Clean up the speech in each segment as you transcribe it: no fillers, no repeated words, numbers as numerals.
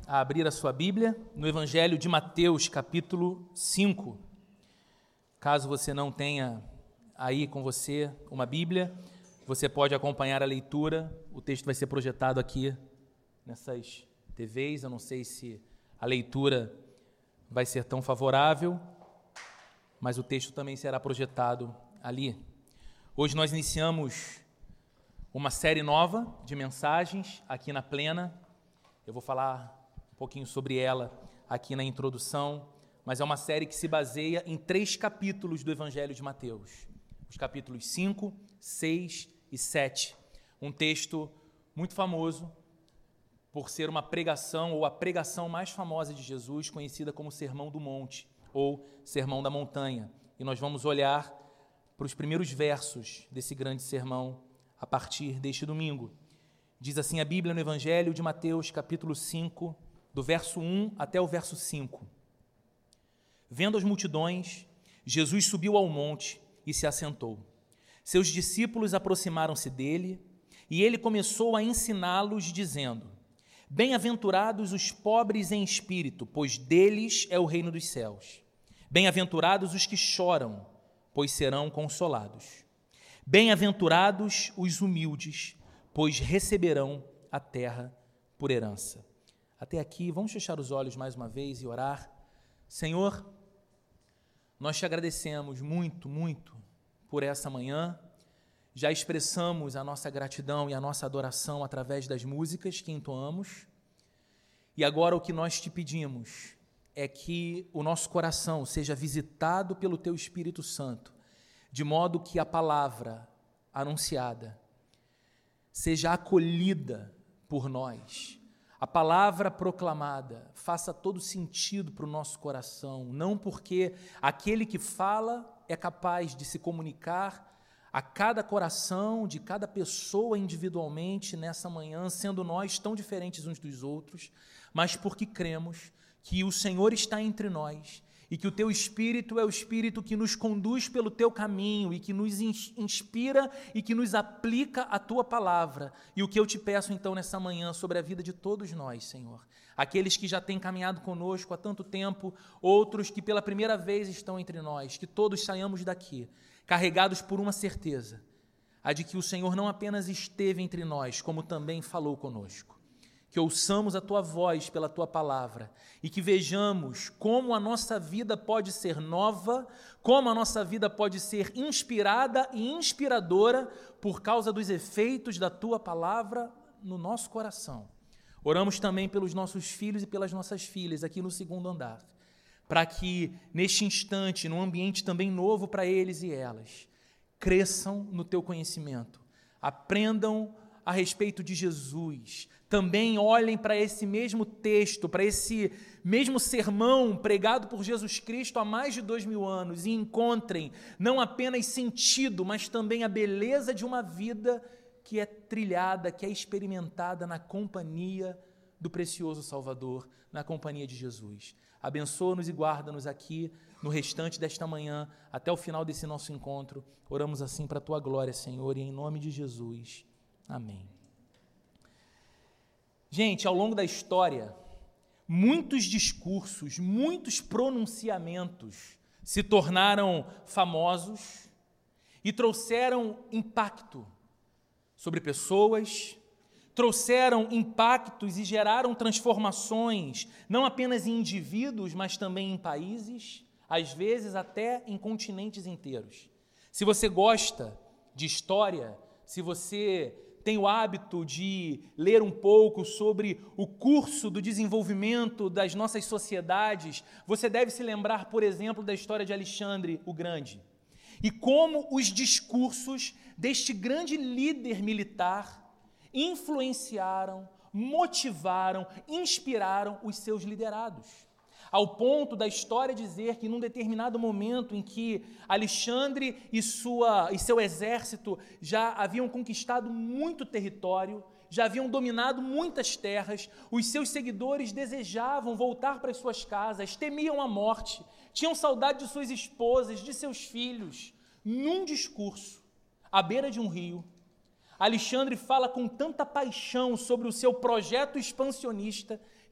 a abrir a sua Bíblia no Evangelho de Mateus, capítulo 5. Caso você não tenha aí com você uma Bíblia, você pode acompanhar a leitura. O texto vai ser projetado aqui nessas TVs. Eu não sei se a leitura vai ser tão favorável, mas o texto também será projetado ali. Hoje nós iniciamos uma série nova de mensagens aqui na Plena. Eu vou falar um pouquinho sobre ela aqui na introdução, mas é uma série que se baseia em 3 capítulos do Evangelho de Mateus. Os capítulos 5, 6 e 7. Um texto muito famoso por ser uma pregação ou a pregação mais famosa de Jesus, conhecida como Sermão do Monte ou Sermão da Montanha. E nós vamos olhar para os primeiros versos desse grande sermão a partir deste domingo. Diz assim a Bíblia no Evangelho de Mateus, capítulo 5, do verso 1 até o verso 5. Vendo as multidões, Jesus subiu ao monte e se assentou. Seus discípulos aproximaram-se dele e ele começou a ensiná-los, dizendo: Bem-aventurados os pobres em espírito, pois deles é o reino dos céus. Bem-aventurados os que choram, pois serão consolados. Bem-aventurados os humildes, pois receberão a terra por herança. Até aqui, vamos fechar os olhos mais uma vez e orar. Senhor, nós te agradecemos muito, muito por essa manhã. Já expressamos a nossa gratidão e a nossa adoração através das músicas que entoamos. E agora o que nós te pedimos é que o nosso coração seja visitado pelo Teu Espírito Santo, de modo que a palavra anunciada seja acolhida por nós. A palavra proclamada faça todo sentido para o nosso coração, não porque aquele que fala é capaz de se comunicar a cada coração de cada pessoa individualmente nessa manhã, sendo nós tão diferentes uns dos outros, mas porque cremos que o Senhor está entre nós e que o Teu Espírito é o Espírito que nos conduz pelo Teu caminho e que nos inspira e que nos aplica a Tua palavra. E o que eu te peço então nessa manhã sobre a vida de todos nós, Senhor, aqueles que já têm caminhado conosco há tanto tempo, outros que pela primeira vez estão entre nós, que todos saiamos daqui carregados por uma certeza, a de que o Senhor não apenas esteve entre nós, como também falou conosco. Que ouçamos a Tua voz pela Tua palavra e que vejamos como a nossa vida pode ser nova, como a nossa vida pode ser inspirada e inspiradora por causa dos efeitos da Tua palavra no nosso coração. Oramos também pelos nossos filhos e pelas nossas filhas aqui no segundo andar, para que neste instante, num ambiente também novo para eles e elas, cresçam no Teu conhecimento, aprendam a respeito de Jesus, também olhem para esse mesmo texto, para esse mesmo sermão pregado por Jesus Cristo há mais de 2000 anos e encontrem não apenas sentido, mas também a beleza de uma vida que é trilhada, que é experimentada na companhia do precioso Salvador, na companhia de Jesus. Abençoa-nos e guarda-nos aqui no restante desta manhã, até o final desse nosso encontro. Oramos assim para a Tua glória, Senhor, e em nome de Jesus. Amém. Gente, ao longo da história, muitos discursos, muitos pronunciamentos se tornaram famosos e trouxeram impacto sobre pessoas, trouxeram impactos e geraram transformações, não apenas em indivíduos, mas também em países, às vezes até em continentes inteiros. Se você gosta de história, se você tem o hábito de ler um pouco sobre o curso do desenvolvimento das nossas sociedades, você deve se lembrar, por exemplo, da história de Alexandre o Grande e como os discursos deste grande líder militar influenciaram, motivaram, inspiraram os seus liderados. Ao ponto da história dizer que num determinado momento em que Alexandre e seu exército já haviam conquistado muito território, já haviam dominado muitas terras, os seus seguidores desejavam voltar para as suas casas, temiam a morte, tinham saudade de suas esposas, de seus filhos. Num discurso, à beira de um rio, Alexandre fala com tanta paixão sobre o seu projeto expansionista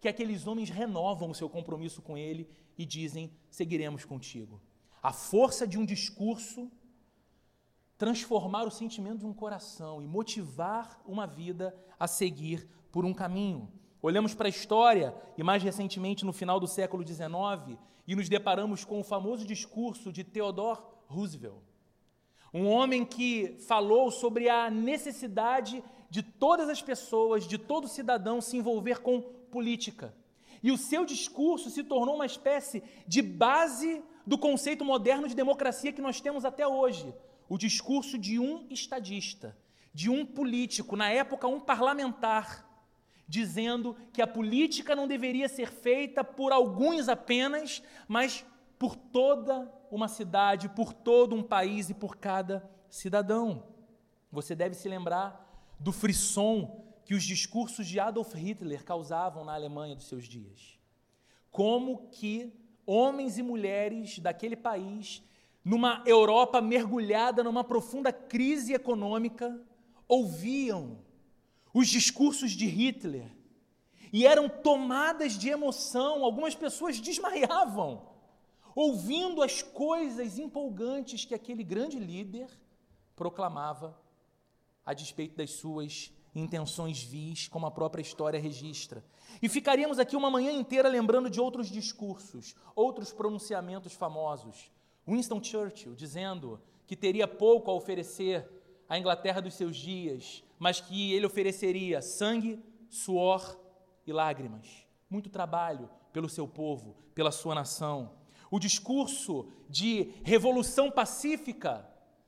que aqueles homens renovam o seu compromisso com ele e dizem: seguiremos contigo. A força de um discurso transformar o sentimento de um coração e motivar uma vida a seguir por um caminho. Olhamos para a história, e mais recentemente no final do século XIX, e nos deparamos com o famoso discurso de Theodore Roosevelt, um homem que falou sobre a necessidade de todas as pessoas, de todo cidadão se envolver com política. E o seu discurso se tornou uma espécie de base do conceito moderno de democracia que nós temos até hoje. O discurso de um estadista, de um político, na época um parlamentar, dizendo que a política não deveria ser feita por alguns apenas, mas por toda uma cidade, por todo um país e por cada cidadão. Você deve se lembrar do frisson que os discursos de Adolf Hitler causavam na Alemanha dos seus dias. Como que homens e mulheres daquele país, numa Europa mergulhada numa profunda crise econômica, ouviam os discursos de Hitler e eram tomadas de emoção, algumas pessoas desmaiavam, ouvindo as coisas empolgantes que aquele grande líder proclamava a despeito das suas intenções vis, como a própria história registra. E ficaríamos aqui uma manhã inteira lembrando de outros discursos, outros pronunciamentos famosos. Winston Churchill dizendo que teria pouco a oferecer à Inglaterra dos seus dias, mas que ele ofereceria sangue, suor e lágrimas. Muito trabalho pelo seu povo, pela sua nação. O discurso de revolução pacífica,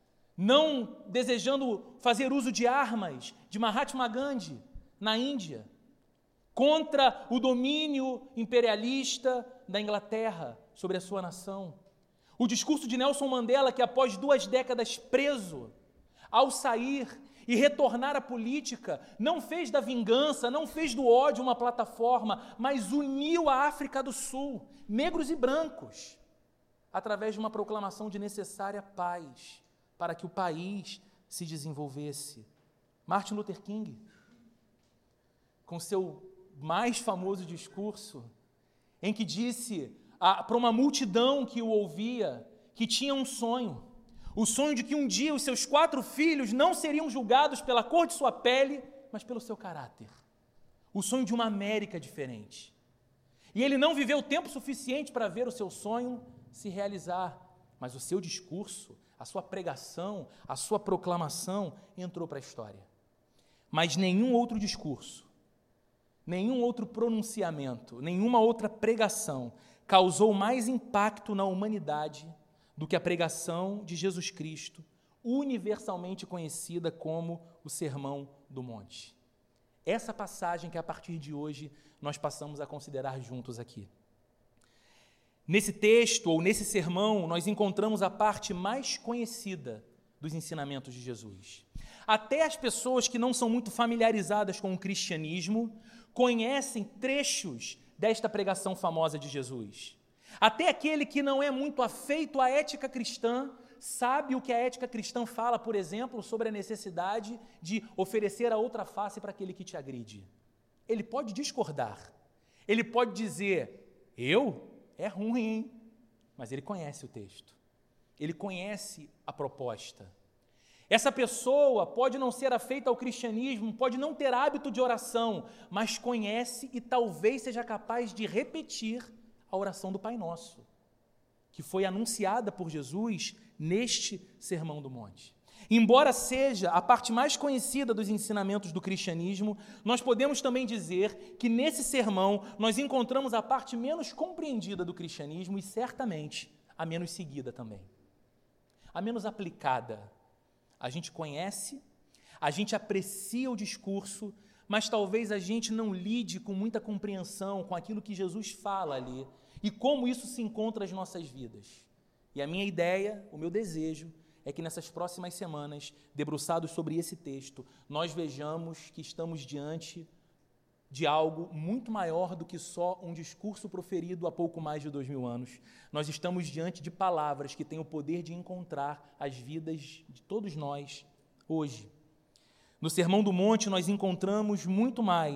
não desejando fazer uso de armas, de Mahatma Gandhi, na Índia, contra o domínio imperialista da Inglaterra sobre a sua nação. O discurso de Nelson Mandela, que após 2 décadas preso, ao sair e retornar à política, não fez da vingança, não fez do ódio uma plataforma, mas uniu a África do Sul, negros e brancos, através de uma proclamação de necessária paz, para que o país se desenvolvesse. Martin Luther King, com seu mais famoso discurso, em que disse para uma multidão que o ouvia, que tinha um sonho, o sonho de que um dia os seus 4 filhos não seriam julgados pela cor de sua pele, mas pelo seu caráter. O sonho de uma América diferente. E ele não viveu tempo suficiente para ver o seu sonho se realizar, mas o seu discurso, a sua pregação, a sua proclamação entrou para a história. Mas nenhum outro discurso, nenhum outro pronunciamento, nenhuma outra pregação causou mais impacto na humanidade do que a pregação de Jesus Cristo, universalmente conhecida como o Sermão do Monte. Essa passagem que a partir de hoje nós passamos a considerar juntos aqui. Nesse texto, ou nesse sermão, nós encontramos a parte mais conhecida dos ensinamentos de Jesus. Até as pessoas que não são muito familiarizadas com o cristianismo conhecem trechos desta pregação famosa de Jesus. Até aquele que não é muito afeito à ética cristã sabe o que a ética cristã fala, por exemplo, sobre a necessidade de oferecer a outra face para aquele que te agride. Ele pode discordar, ele pode dizer: é ruim, hein? Mas ele conhece o texto, ele conhece a proposta. Essa pessoa pode não ser afeita ao cristianismo, pode não ter hábito de oração, mas conhece e talvez seja capaz de repetir a oração do Pai Nosso, que foi anunciada por Jesus neste Sermão do Monte. Embora seja a parte mais conhecida dos ensinamentos do cristianismo, nós podemos também dizer que nesse sermão nós encontramos a parte menos compreendida do cristianismo e certamente a menos seguida também, a menos aplicada. A gente conhece, a gente aprecia o discurso, mas talvez a gente não lide com muita compreensão com aquilo que Jesus fala ali e como isso se encontra nas nossas vidas. E a minha ideia, o meu desejo, é que nessas próximas semanas, debruçados sobre esse texto, nós vejamos que estamos diante de algo muito maior do que só um discurso proferido há pouco mais de 2000 anos. Nós estamos diante de palavras que têm o poder de encontrar as vidas de todos nós hoje. No Sermão do Monte, nós encontramos muito mais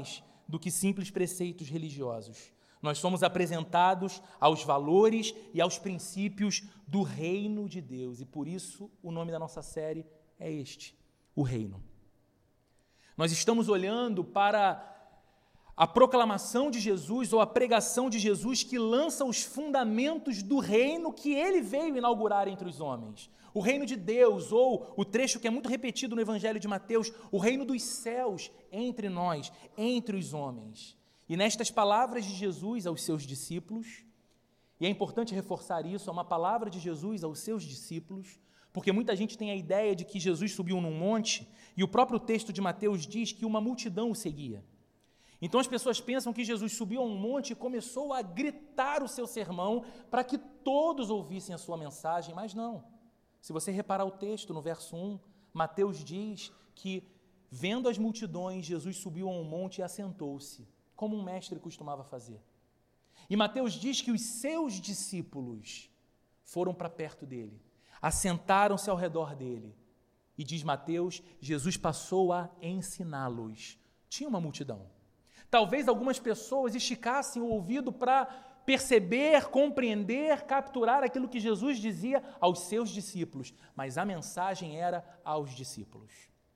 do que simples preceitos religiosos. Nós somos apresentados aos valores e aos princípios do reino de Deus. E por isso o nome da nossa série é este, o reino. Nós estamos olhando para a proclamação de Jesus ou a pregação de Jesus que lança os fundamentos do reino que ele veio inaugurar entre os homens. O reino de Deus, ou o trecho que é muito repetido no Evangelho de Mateus, o reino dos céus entre nós, entre os homens. E nestas palavras de Jesus aos seus discípulos, e é importante reforçar isso, é uma palavra de Jesus aos seus discípulos, porque muita gente tem a ideia de que Jesus subiu num monte, e o próprio texto de Mateus diz que uma multidão o seguia. Então as pessoas pensam que Jesus subiu a um monte e começou a gritar o seu sermão para que todos ouvissem a sua mensagem, mas não. Se você reparar o texto no verso 1, Mateus diz que, vendo as multidões, Jesus subiu a um monte e assentou-se, como um mestre costumava fazer. E Mateus diz que os seus discípulos foram para perto dele, assentaram-se ao redor dele. E diz Mateus, Jesus passou a ensiná-los. Tinha uma multidão. Talvez algumas pessoas esticassem o ouvido para perceber, compreender, capturar aquilo que Jesus dizia aos seus discípulos, mas a mensagem era aos discípulos.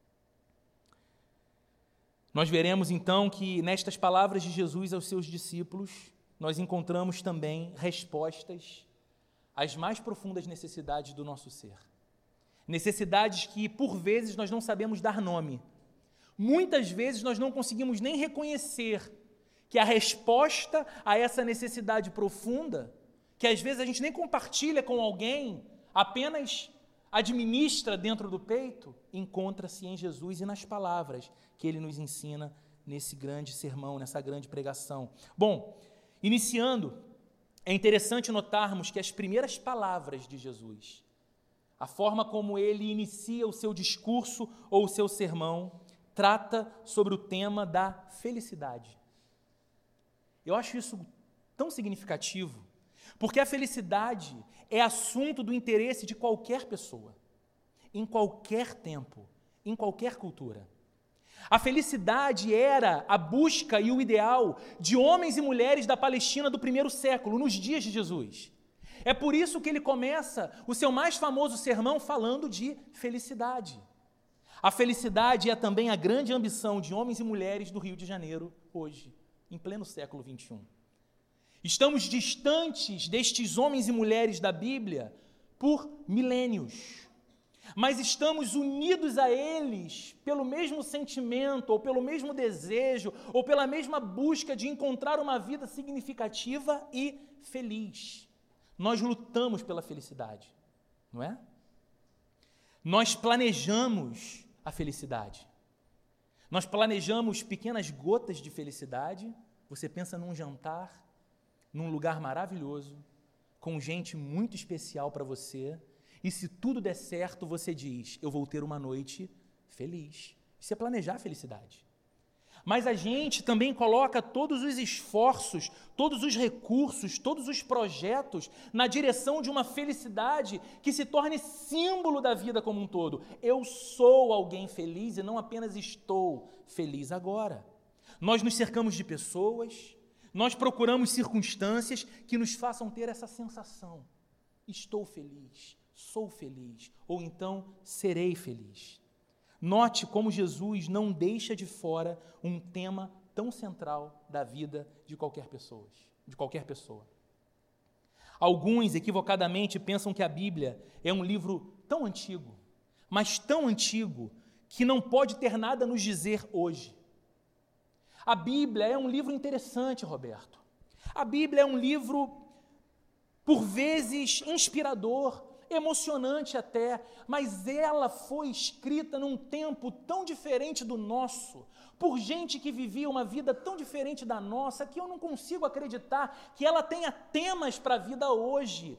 Nós veremos então que nestas palavras de Jesus aos seus discípulos, nós encontramos também respostas às mais profundas necessidades do nosso ser. Necessidades que, por vezes, nós não sabemos dar nome. Muitas vezes nós não conseguimos nem reconhecer que a resposta a essa necessidade profunda, que às vezes a gente nem compartilha com alguém, apenas administra dentro do peito, encontra-se em Jesus e nas palavras que ele nos ensina nesse grande sermão, nessa grande pregação. Bom, iniciando, é interessante notarmos que as primeiras palavras de Jesus, a forma como ele inicia o seu discurso ou o seu sermão, trata sobre o tema da felicidade. Eu acho isso tão significativo, porque a felicidade é assunto do interesse de qualquer pessoa, em qualquer tempo, em qualquer cultura. A felicidade era a busca e o ideal de homens e mulheres da Palestina do primeiro século, nos dias de Jesus. É por isso que ele começa o seu mais famoso sermão falando de felicidade. A felicidade é também a grande ambição de homens e mulheres do Rio de Janeiro, hoje, em pleno século XXI. Estamos distantes destes homens e mulheres da Bíblia por milênios, mas estamos unidos a eles pelo mesmo sentimento, ou pelo mesmo desejo, ou pela mesma busca de encontrar uma vida significativa e feliz. Nós lutamos pela felicidade, não é? Nós planejamos a felicidade. Nós planejamos pequenas gotas de felicidade. Você pensa num jantar, num lugar maravilhoso, com gente muito especial para você, e se tudo der certo, você diz, eu vou ter uma noite feliz. Isso é planejar a felicidade. Mas a gente também coloca todos os esforços, todos os recursos, todos os projetos na direção de uma felicidade que se torne símbolo da vida como um todo. Eu sou alguém feliz e não apenas estou feliz agora. Nós nos cercamos de pessoas, nós procuramos circunstâncias que nos façam ter essa sensação. Estou feliz, sou feliz, ou então serei feliz. Note como Jesus não deixa de fora um tema tão central da vida de qualquer pessoa. Alguns, equivocadamente, pensam que a Bíblia é um livro tão antigo, mas tão antigo, que não pode ter nada a nos dizer hoje. A Bíblia é um livro interessante, Roberto. A Bíblia é um livro, por vezes, inspirador, emocionante até, mas ela foi escrita num tempo tão diferente do nosso, por gente que vivia uma vida tão diferente da nossa, que eu não consigo acreditar que ela tenha temas para a vida hoje.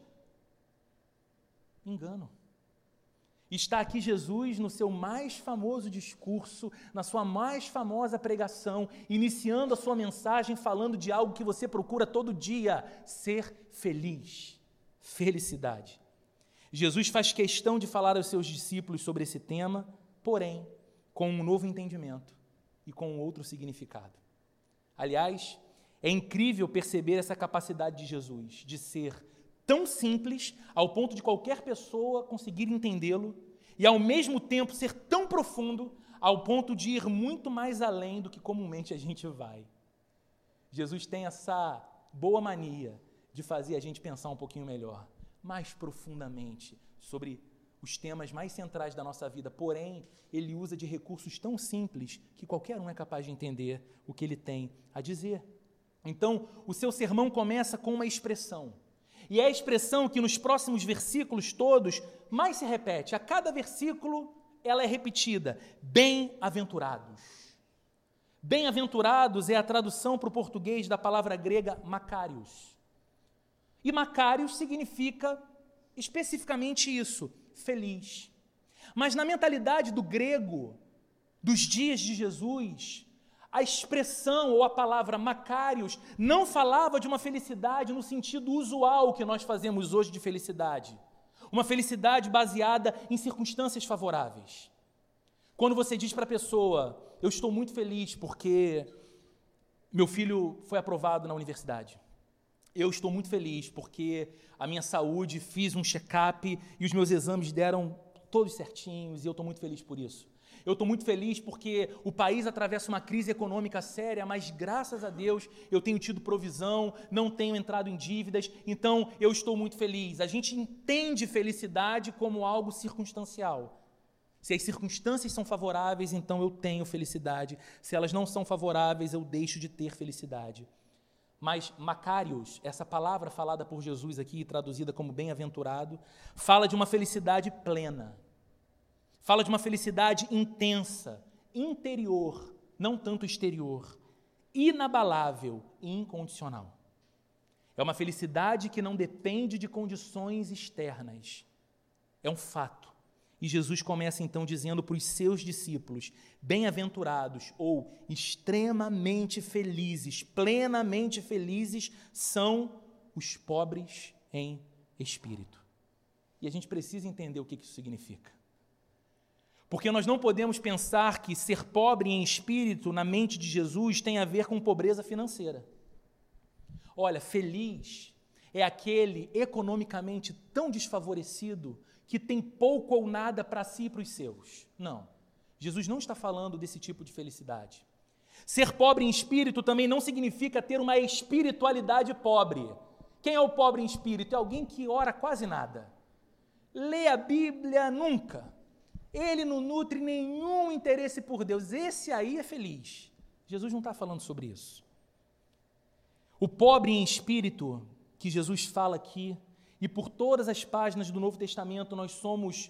Engano. Está aqui Jesus no seu mais famoso discurso, na sua mais famosa pregação, iniciando a sua mensagem falando de algo que você procura todo dia, ser feliz, felicidade. Jesus faz questão de falar aos seus discípulos sobre esse tema, porém, com um novo entendimento e com um outro significado. Aliás, é incrível perceber essa capacidade de Jesus, de ser tão simples ao ponto de qualquer pessoa conseguir entendê-lo e, ao mesmo tempo, ser tão profundo ao ponto de ir muito mais além do que comumente a gente vai. Jesus tem essa boa mania de fazer a gente pensar um pouquinho melhor, mais profundamente, sobre os temas mais centrais da nossa vida, porém, ele usa de recursos tão simples que qualquer um é capaz de entender o que ele tem a dizer. Então, o seu sermão começa com uma expressão, e é a expressão que nos próximos versículos todos mais se repete. A cada versículo ela é repetida: bem-aventurados. Bem-aventurados é a tradução para o português da palavra grega Makarios. E Makarios significa especificamente isso, feliz. Mas na mentalidade do grego, dos dias de Jesus, a expressão ou a palavra Makarios não falava de uma felicidade no sentido usual que nós fazemos hoje de felicidade. Uma felicidade baseada em circunstâncias favoráveis. Quando você diz para a pessoa: eu estou muito feliz porque meu filho foi aprovado na universidade. Eu estou muito feliz porque a minha saúde, fiz um check-up e os meus exames deram todos certinhos e eu estou muito feliz por isso. Eu estou muito feliz porque o país atravessa uma crise econômica séria, mas graças a Deus eu tenho tido provisão, não tenho entrado em dívidas, então eu estou muito feliz. A gente entende felicidade como algo circunstancial. Se as circunstâncias são favoráveis, então eu tenho felicidade. Se elas não são favoráveis, eu deixo de ter felicidade. Mas Makarios, essa palavra falada por Jesus aqui, traduzida como bem-aventurado, fala de uma felicidade plena. Fala de uma felicidade intensa, interior, não tanto exterior, inabalável e incondicional. É uma felicidade que não depende de condições externas. É um fato. E Jesus começa então dizendo para os seus discípulos: bem-aventurados ou extremamente felizes, plenamente felizes, são os pobres em espírito. E a gente precisa entender o que isso significa. Porque nós não podemos pensar que ser pobre em espírito, na mente de Jesus, tem a ver com pobreza financeira. Olha, feliz é aquele economicamente tão desfavorecido que tem pouco ou nada para si e para os seus. Não, Jesus não está falando desse tipo de felicidade. Ser pobre em espírito também não significa ter uma espiritualidade pobre. Quem é o pobre em espírito? É alguém que ora quase nada. Lê a Bíblia nunca. Ele não nutre nenhum interesse por Deus. Esse aí é feliz. Jesus não está falando sobre isso. O pobre em espírito que Jesus fala aqui, e por todas as páginas do Novo Testamento nós somos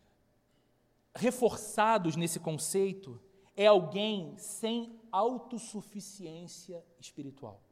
reforçados nesse conceito, é alguém sem autossuficiência espiritual.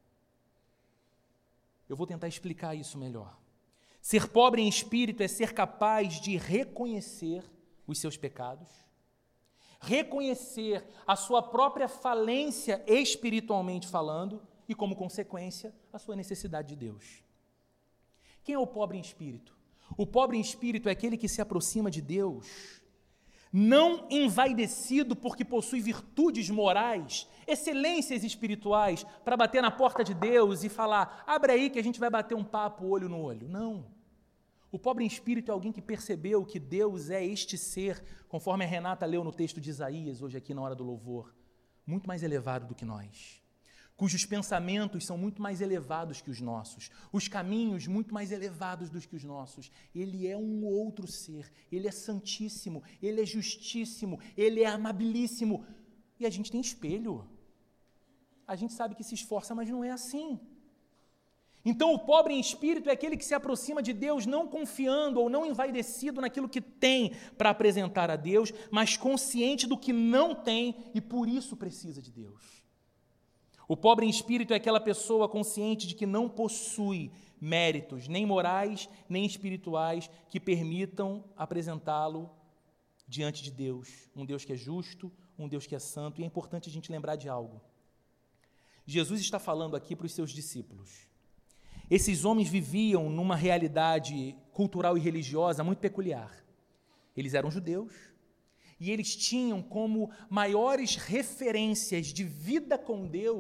Eu vou tentar explicar isso melhor. Ser pobre em espírito é ser capaz de reconhecer os seus pecados, reconhecer a sua própria falência espiritualmente falando e, como consequência, a sua necessidade de Deus. Quem é o pobre em espírito? O pobre em espírito é aquele que se aproxima de Deus, não envaidecido porque possui virtudes morais, excelências espirituais, para bater na porta de Deus e falar: abre aí que a gente vai bater um papo olho no olho. Não. O pobre em espírito é alguém que percebeu que Deus é este ser, conforme a Renata leu no texto de Isaías, hoje aqui na hora do louvor, muito mais elevado do que nós, cujos pensamentos são muito mais elevados que os nossos, os caminhos muito mais elevados do que os nossos. Ele é um outro ser, ele é santíssimo, ele é justíssimo, ele é amabilíssimo. E a gente tem espelho. A gente sabe que se esforça, mas não é assim. Então, o pobre em espírito é aquele que se aproxima de Deus não confiando ou não envaidecido naquilo que tem para apresentar a Deus, mas consciente do que não tem e por isso precisa de Deus. O pobre em espírito é aquela pessoa consciente de que não possui méritos, nem morais, nem espirituais, que permitam apresentá-lo diante de Deus. Um Deus que é justo, um Deus que é santo. E é importante a gente lembrar de algo. Jesus está falando aqui para os seus discípulos. Esses homens viviam numa realidade cultural e religiosa muito peculiar. Eles eram judeus e eles tinham como maiores referências de vida com Deus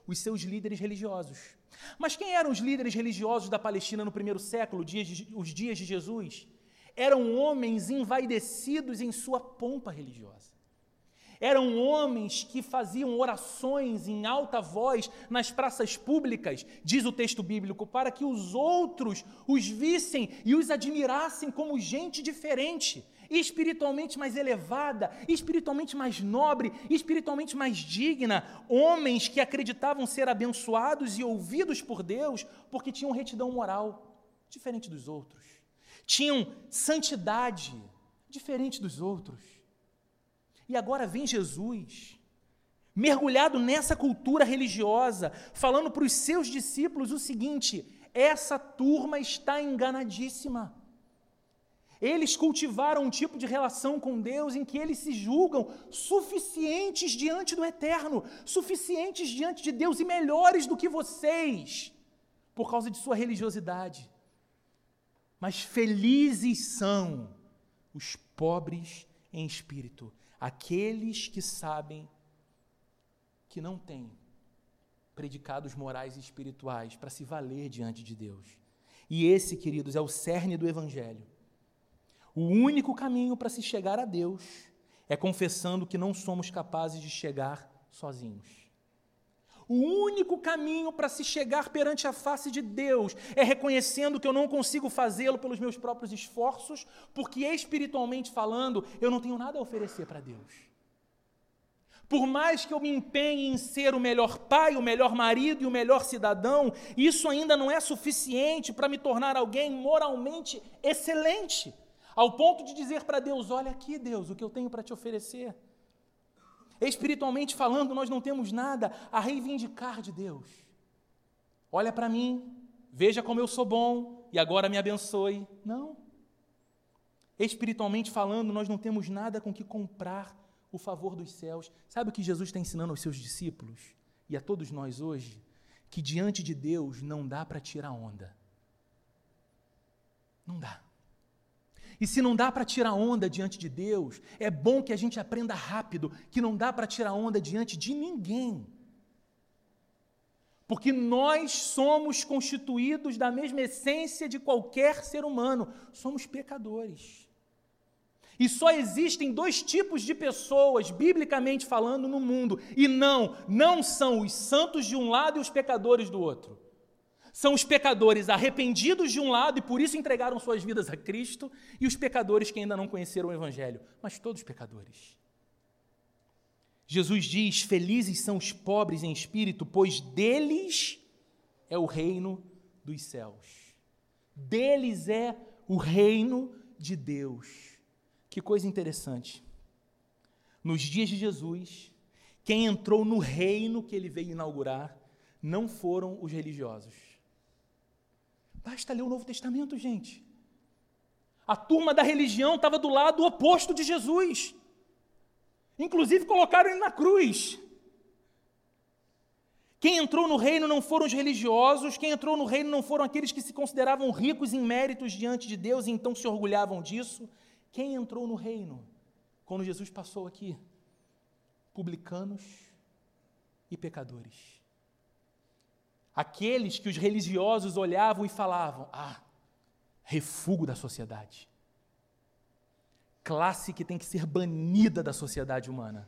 os seus líderes religiosos. Mas quem eram os líderes religiosos da Palestina no primeiro século, os dias de Jesus? Eram homens envaidecidos em sua pompa religiosa. Eram homens que faziam orações em alta voz nas praças públicas, diz o texto bíblico, para que os outros os vissem e os admirassem como gente diferente, espiritualmente mais elevada, espiritualmente mais nobre, espiritualmente mais digna. Homens que acreditavam ser abençoados e ouvidos por Deus porque tinham retidão moral, diferente dos outros. Tinham santidade, diferente dos outros. E agora vem Jesus, mergulhado nessa cultura religiosa, falando para os seus discípulos o seguinte: essa turma está enganadíssima. Eles cultivaram um tipo de relação com Deus em que eles se julgam suficientes diante do Eterno, suficientes diante de Deus e melhores do que vocês, por causa de sua religiosidade. Mas felizes são os pobres em espírito, aqueles que sabem que não têm predicados morais e espirituais para se valer diante de Deus. E esse, queridos, é o cerne do Evangelho. O único caminho para se chegar a Deus é confessando que não somos capazes de chegar sozinhos. O único caminho para se chegar perante a face de Deus é reconhecendo que eu não consigo fazê-lo pelos meus próprios esforços, porque espiritualmente falando, eu não tenho nada a oferecer para Deus. Por mais que eu me empenhe em ser o melhor pai, o melhor marido e o melhor cidadão, isso ainda não é suficiente para me tornar alguém moralmente excelente, ao ponto de dizer para Deus: olha aqui, Deus, o que eu tenho para te oferecer. Espiritualmente falando, nós não temos nada a reivindicar de Deus. Olha para mim, veja como eu sou bom e agora me abençoe. Não. Espiritualmente falando, nós não temos nada com que comprar o favor dos céus. Sabe o que Jesus está ensinando aos seus discípulos e a todos nós hoje? Que diante de Deus não dá para tirar onda. Não dá. E se não dá para tirar onda diante de Deus, é bom que a gente aprenda rápido que não dá para tirar onda diante de ninguém. Porque nós somos constituídos da mesma essência de qualquer ser humano. Somos pecadores. E só existem dois tipos de pessoas, biblicamente falando, no mundo. E não são os santos de um lado e os pecadores do outro. São os pecadores arrependidos de um lado e por isso entregaram suas vidas a Cristo, e os pecadores que ainda não conheceram o Evangelho, mas todos pecadores. Jesus diz: felizes são os pobres em espírito, pois deles é o reino dos céus. Deles é o reino de Deus. Que coisa interessante. Nos dias de Jesus, quem entrou no reino que ele veio inaugurar não foram os religiosos. Basta ler o Novo Testamento, gente. A turma da religião estava do lado oposto de Jesus. Inclusive colocaram ele na cruz. Quem entrou no reino não foram os religiosos, quem entrou no reino não foram aqueles que se consideravam ricos em méritos diante de Deus e então se orgulhavam disso. Quem entrou no reino quando Jesus passou aqui? Publicanos e pecadores. Aqueles que os religiosos olhavam e falavam: refúgio da sociedade. Classe que tem que ser banida da sociedade humana.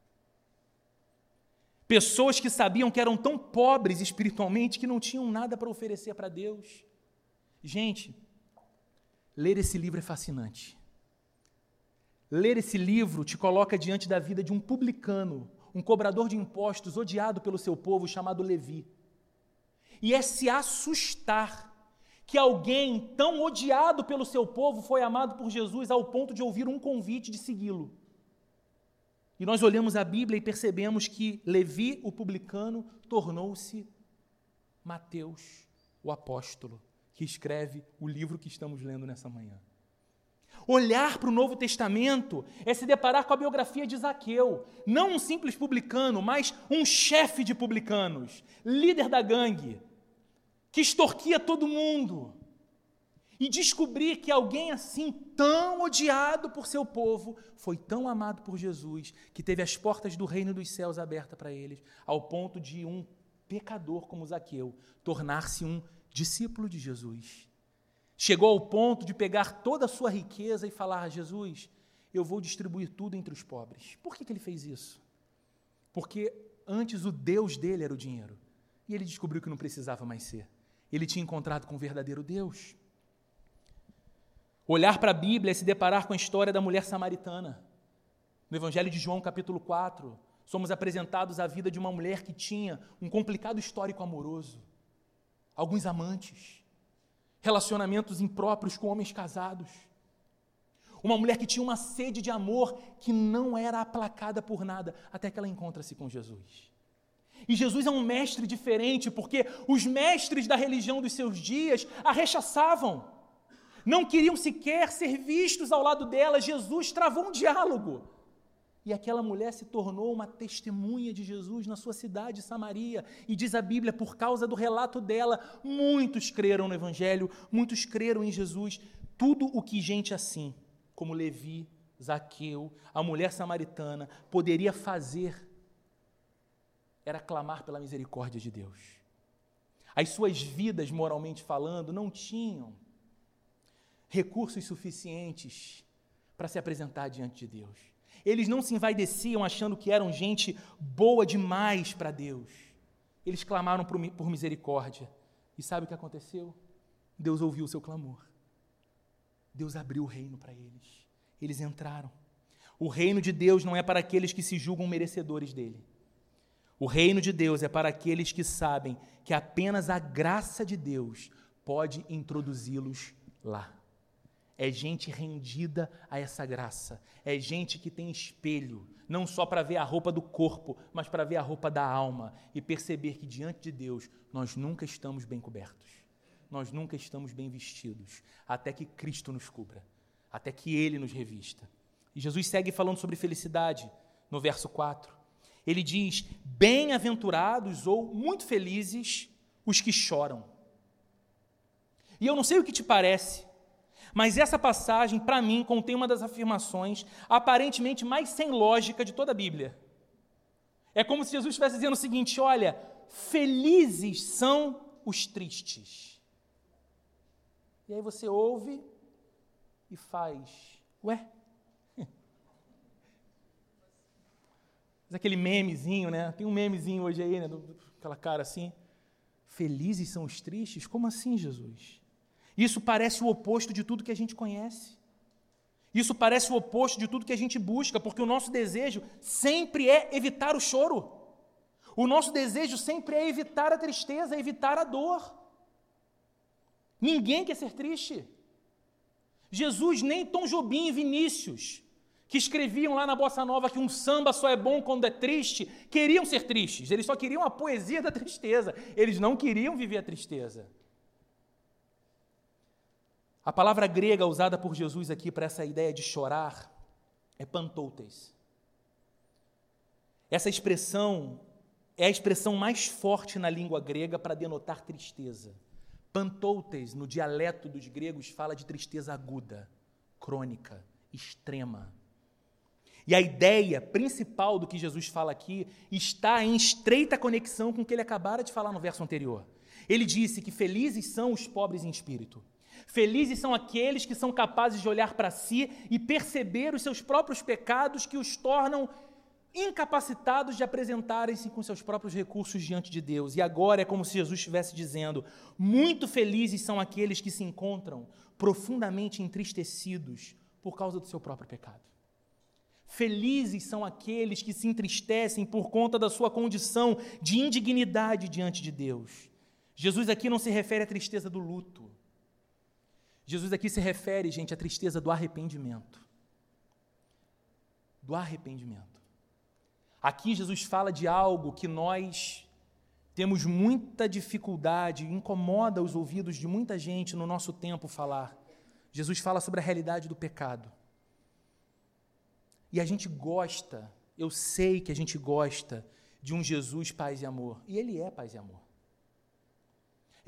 Pessoas que sabiam que eram tão pobres espiritualmente que não tinham nada para oferecer para Deus. Gente, ler esse livro é fascinante. Ler esse livro te coloca diante da vida de um publicano, um cobrador de impostos odiado pelo seu povo chamado Levi. E é se assustar que alguém tão odiado pelo seu povo foi amado por Jesus ao ponto de ouvir um convite de segui-lo. E nós olhamos a Bíblia e percebemos que Levi, o publicano, tornou-se Mateus, o apóstolo, que escreve o livro que estamos lendo nessa manhã. Olhar para o Novo Testamento é se deparar com a biografia de Zaqueu, não um simples publicano, mas um chefe de publicanos, líder da gangue, que extorquia todo mundo, e descobrir que alguém assim, tão odiado por seu povo, foi tão amado por Jesus, que teve as portas do reino dos céus abertas para eles, ao ponto de um pecador como Zaqueu, tornar-se um discípulo de Jesus. Chegou ao ponto de pegar toda a sua riqueza e falar: Jesus, eu vou distribuir tudo entre os pobres. Por que ele fez isso? Porque antes o Deus dele era o dinheiro. E ele descobriu que não precisava mais ser. Ele tinha encontrado com o verdadeiro Deus. Olhar para a Bíblia é se deparar com a história da mulher samaritana. No Evangelho de João, capítulo 4, somos apresentados à vida de uma mulher que tinha um complicado histórico amoroso, alguns amantes, relacionamentos impróprios com homens casados. Uma mulher que tinha uma sede de amor que não era aplacada por nada, até que ela encontra-se com Jesus. E Jesus é um mestre diferente, porque os mestres da religião dos seus dias a rechaçavam. Não queriam sequer ser vistos ao lado dela. Jesus travou um diálogo. E aquela mulher se tornou uma testemunha de Jesus na sua cidade, Samaria. E diz a Bíblia, por causa do relato dela, muitos creram no Evangelho, muitos creram em Jesus. Tudo o que gente assim, como Levi, Zaqueu, a mulher samaritana, poderia fazer era clamar pela misericórdia de Deus. As suas vidas, moralmente falando, não tinham recursos suficientes para se apresentar diante de Deus. Eles não se envaideciam achando que eram gente boa demais para Deus. Eles clamaram por misericórdia. E sabe o que aconteceu? Deus ouviu o seu clamor. Deus abriu o reino para eles. Eles entraram. O reino de Deus não é para aqueles que se julgam merecedores dele. O reino de Deus é para aqueles que sabem que apenas a graça de Deus pode introduzi-los lá. É gente rendida a essa graça. É gente que tem espelho, não só para ver a roupa do corpo, mas para ver a roupa da alma e perceber que diante de Deus nós nunca estamos bem cobertos. Nós nunca estamos bem vestidos, até que Cristo nos cubra, até que Ele nos revista. E Jesus segue falando sobre felicidade no verso 4. Ele diz: bem-aventurados ou muito felizes os que choram. E eu não sei o que te parece, mas essa passagem, para mim, contém uma das afirmações aparentemente mais sem lógica de toda a Bíblia. É como se Jesus estivesse dizendo o seguinte: olha, felizes são os tristes. E aí você ouve e faz: ué? Mas aquele memezinho, né? Tem um memezinho hoje aí, né? Aquela cara assim. Felizes são os tristes? Como assim, Jesus? Isso parece o oposto de tudo que a gente conhece. Isso parece o oposto de tudo que a gente busca, porque o nosso desejo sempre é evitar o choro. O nosso desejo sempre é evitar a tristeza, evitar a dor. Ninguém quer ser triste. Jesus, nem Tom Jobim e Vinícius, que escreviam lá na Bossa Nova que um samba só é bom quando é triste, queriam ser tristes. Eles só queriam a poesia da tristeza. Eles não queriam viver a tristeza. A palavra grega usada por Jesus aqui para essa ideia de chorar é pantoutes. Essa expressão é a expressão mais forte na língua grega para denotar tristeza. Pantoutes, no dialeto dos gregos, fala de tristeza aguda, crônica, extrema. E a ideia principal do que Jesus fala aqui está em estreita conexão com o que ele acabara de falar no verso anterior. Ele disse que felizes são os pobres em espírito. Felizes são aqueles que são capazes de olhar para si e perceber os seus próprios pecados que os tornam incapacitados de apresentarem-se com seus próprios recursos diante de Deus. E agora é como se Jesus estivesse dizendo: muito felizes são aqueles que se encontram profundamente entristecidos por causa do seu próprio pecado. Felizes são aqueles que se entristecem por conta da sua condição de indignidade diante de Deus. Jesus aqui não se refere à tristeza do luto. Jesus aqui se refere, gente, à tristeza do arrependimento. Do arrependimento. Aqui Jesus fala de algo que nós temos muita dificuldade, incomoda os ouvidos de muita gente no nosso tempo falar. Jesus fala sobre a realidade do pecado. E a gente gosta, eu sei que a gente gosta de um Jesus paz e amor. E Ele é paz e amor.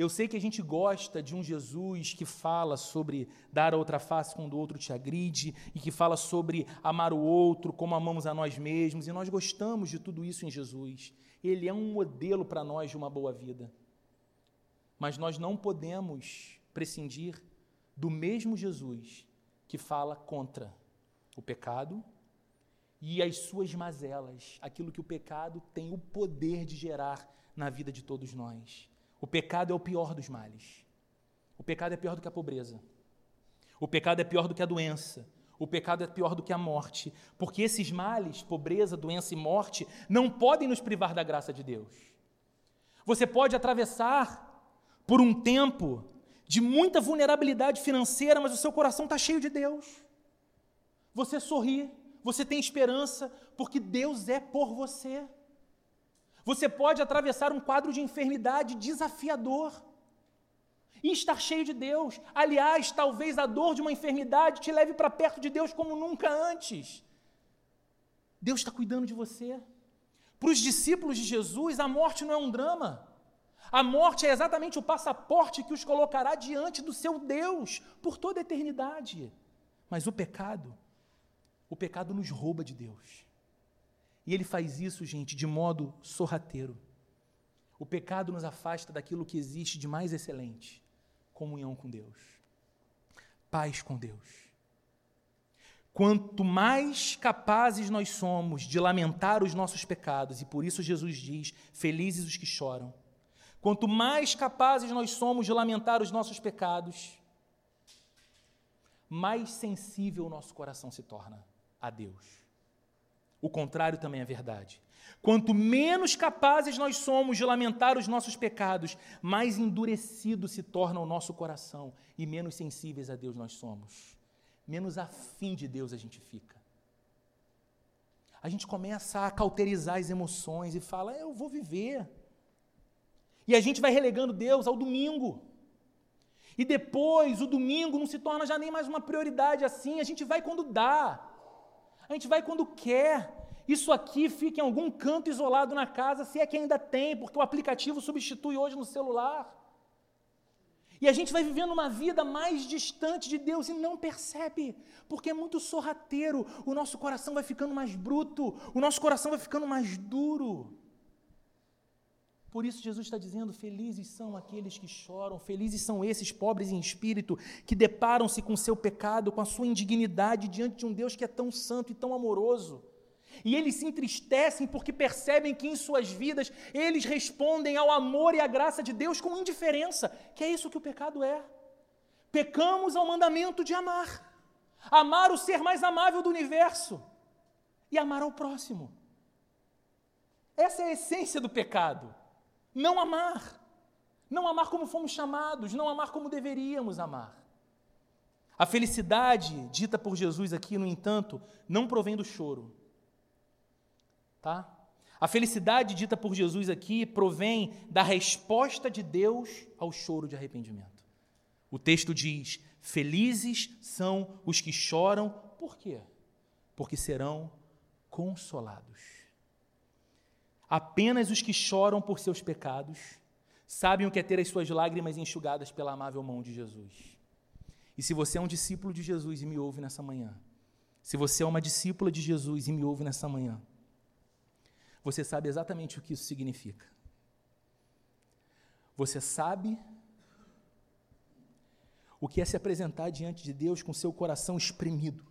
Eu sei que a gente gosta de um Jesus que fala sobre dar a outra face quando o outro te agride e que fala sobre amar o outro como amamos a nós mesmos, e nós gostamos de tudo isso em Jesus. Ele é um modelo para nós de uma boa vida. Mas nós não podemos prescindir do mesmo Jesus que fala contra o pecado e as suas mazelas, aquilo que o pecado tem o poder de gerar na vida de todos nós. O pecado é o pior dos males. O pecado é pior do que a pobreza. O pecado é pior do que a doença. O pecado é pior do que a morte, porque esses males, pobreza, doença e morte, não podem nos privar da graça de Deus. Você pode atravessar por um tempo de muita vulnerabilidade financeira, mas o seu coração está cheio de Deus. Você sorri, você tem esperança, porque Deus é por você. Você pode atravessar um quadro de enfermidade desafiador e estar cheio de Deus. Aliás, talvez a dor de uma enfermidade te leve para perto de Deus como nunca antes. Deus está cuidando de você. Para os discípulos de Jesus, a morte não é um drama. A morte é exatamente o passaporte que os colocará diante do seu Deus por toda a eternidade. Mas o pecado nos rouba de Deus. E ele faz isso, gente, de modo sorrateiro. O pecado nos afasta daquilo que existe de mais excelente: comunhão com Deus, paz com Deus. Quanto mais capazes nós somos de lamentar os nossos pecados, e por isso Jesus diz, felizes os que choram, quanto mais capazes nós somos de lamentar os nossos pecados, mais sensível o nosso coração se torna a Deus. O contrário também é verdade. Quanto menos capazes nós somos de lamentar os nossos pecados, mais endurecido se torna o nosso coração e menos sensíveis a Deus nós somos. Menos afim de Deus a gente fica. A gente começa a cauterizar as emoções e fala, eu vou viver. E a gente vai relegando Deus ao domingo. E depois o domingo não se torna já nem mais uma prioridade assim, a gente vai quando dá. A gente vai quando quer. Isso aqui fica em algum canto isolado na casa, se é que ainda tem, porque o aplicativo substitui hoje no celular. E a gente vai vivendo uma vida mais distante de Deus e não percebe, porque é muito sorrateiro. O nosso coração vai ficando mais bruto, o nosso coração vai ficando mais duro. Por isso Jesus está dizendo, felizes são aqueles que choram, felizes são esses pobres em espírito, que deparam-se com o seu pecado, com a sua indignidade diante de um Deus que é tão santo e tão amoroso. E eles se entristecem porque percebem que em suas vidas eles respondem ao amor e à graça de Deus com indiferença, que é isso que o pecado é. Pecamos ao mandamento de amar. Amar o ser mais amável do universo e amar ao próximo. Essa é a essência do pecado. Não amar como fomos chamados, não amar como deveríamos amar. A felicidade dita por Jesus aqui, no entanto, não provém do choro, tá? A felicidade dita por Jesus aqui provém da resposta de Deus ao choro de arrependimento. O texto diz, felizes são os que choram, por quê? Porque serão consolados. Apenas os que choram por seus pecados sabem o que é ter as suas lágrimas enxugadas pela amável mão de Jesus. E se você é um discípulo de Jesus e me ouve nessa manhã, se você é uma discípula de Jesus e me ouve nessa manhã, você sabe exatamente o que isso significa. Você sabe o que é se apresentar diante de Deus com seu coração espremido.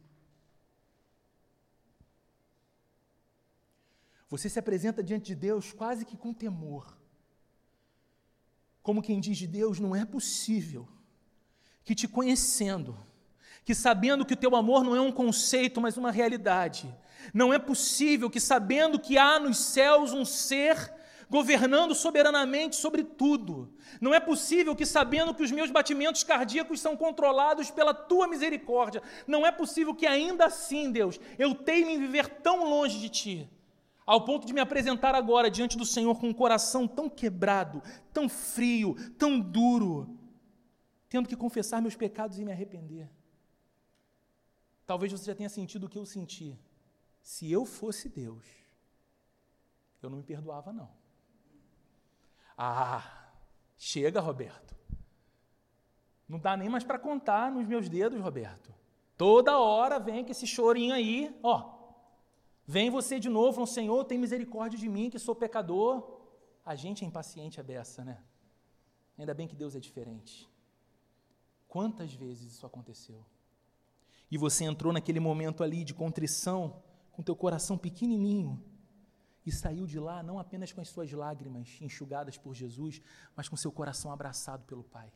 Você se apresenta diante de Deus quase que com temor. Como quem diz de Deus, não é possível que te conhecendo, que sabendo que o teu amor não é um conceito, mas uma realidade, não é possível que sabendo que há nos céus um ser governando soberanamente sobre tudo, não é possível que sabendo que os meus batimentos cardíacos são controlados pela tua misericórdia, não é possível que ainda assim, Deus, eu teime em viver tão longe de ti, ao ponto de me apresentar agora diante do Senhor com um coração tão quebrado, tão frio, tão duro, tendo que confessar meus pecados e me arrepender. Talvez você já tenha sentido o que eu senti. Se eu fosse Deus, eu não me perdoava, não. Chega, Roberto. Não dá nem mais para contar nos meus dedos, Roberto. Toda hora vem com esse chorinho aí, ó. Vem você de novo, falando, Senhor, tem misericórdia de mim, que sou pecador. A gente é impaciente a beça, né? Ainda bem que Deus é diferente. Quantas vezes isso aconteceu? E você entrou naquele momento ali de contrição, com teu coração pequenininho, e saiu de lá não apenas com as suas lágrimas enxugadas por Jesus, mas com seu coração abraçado pelo Pai.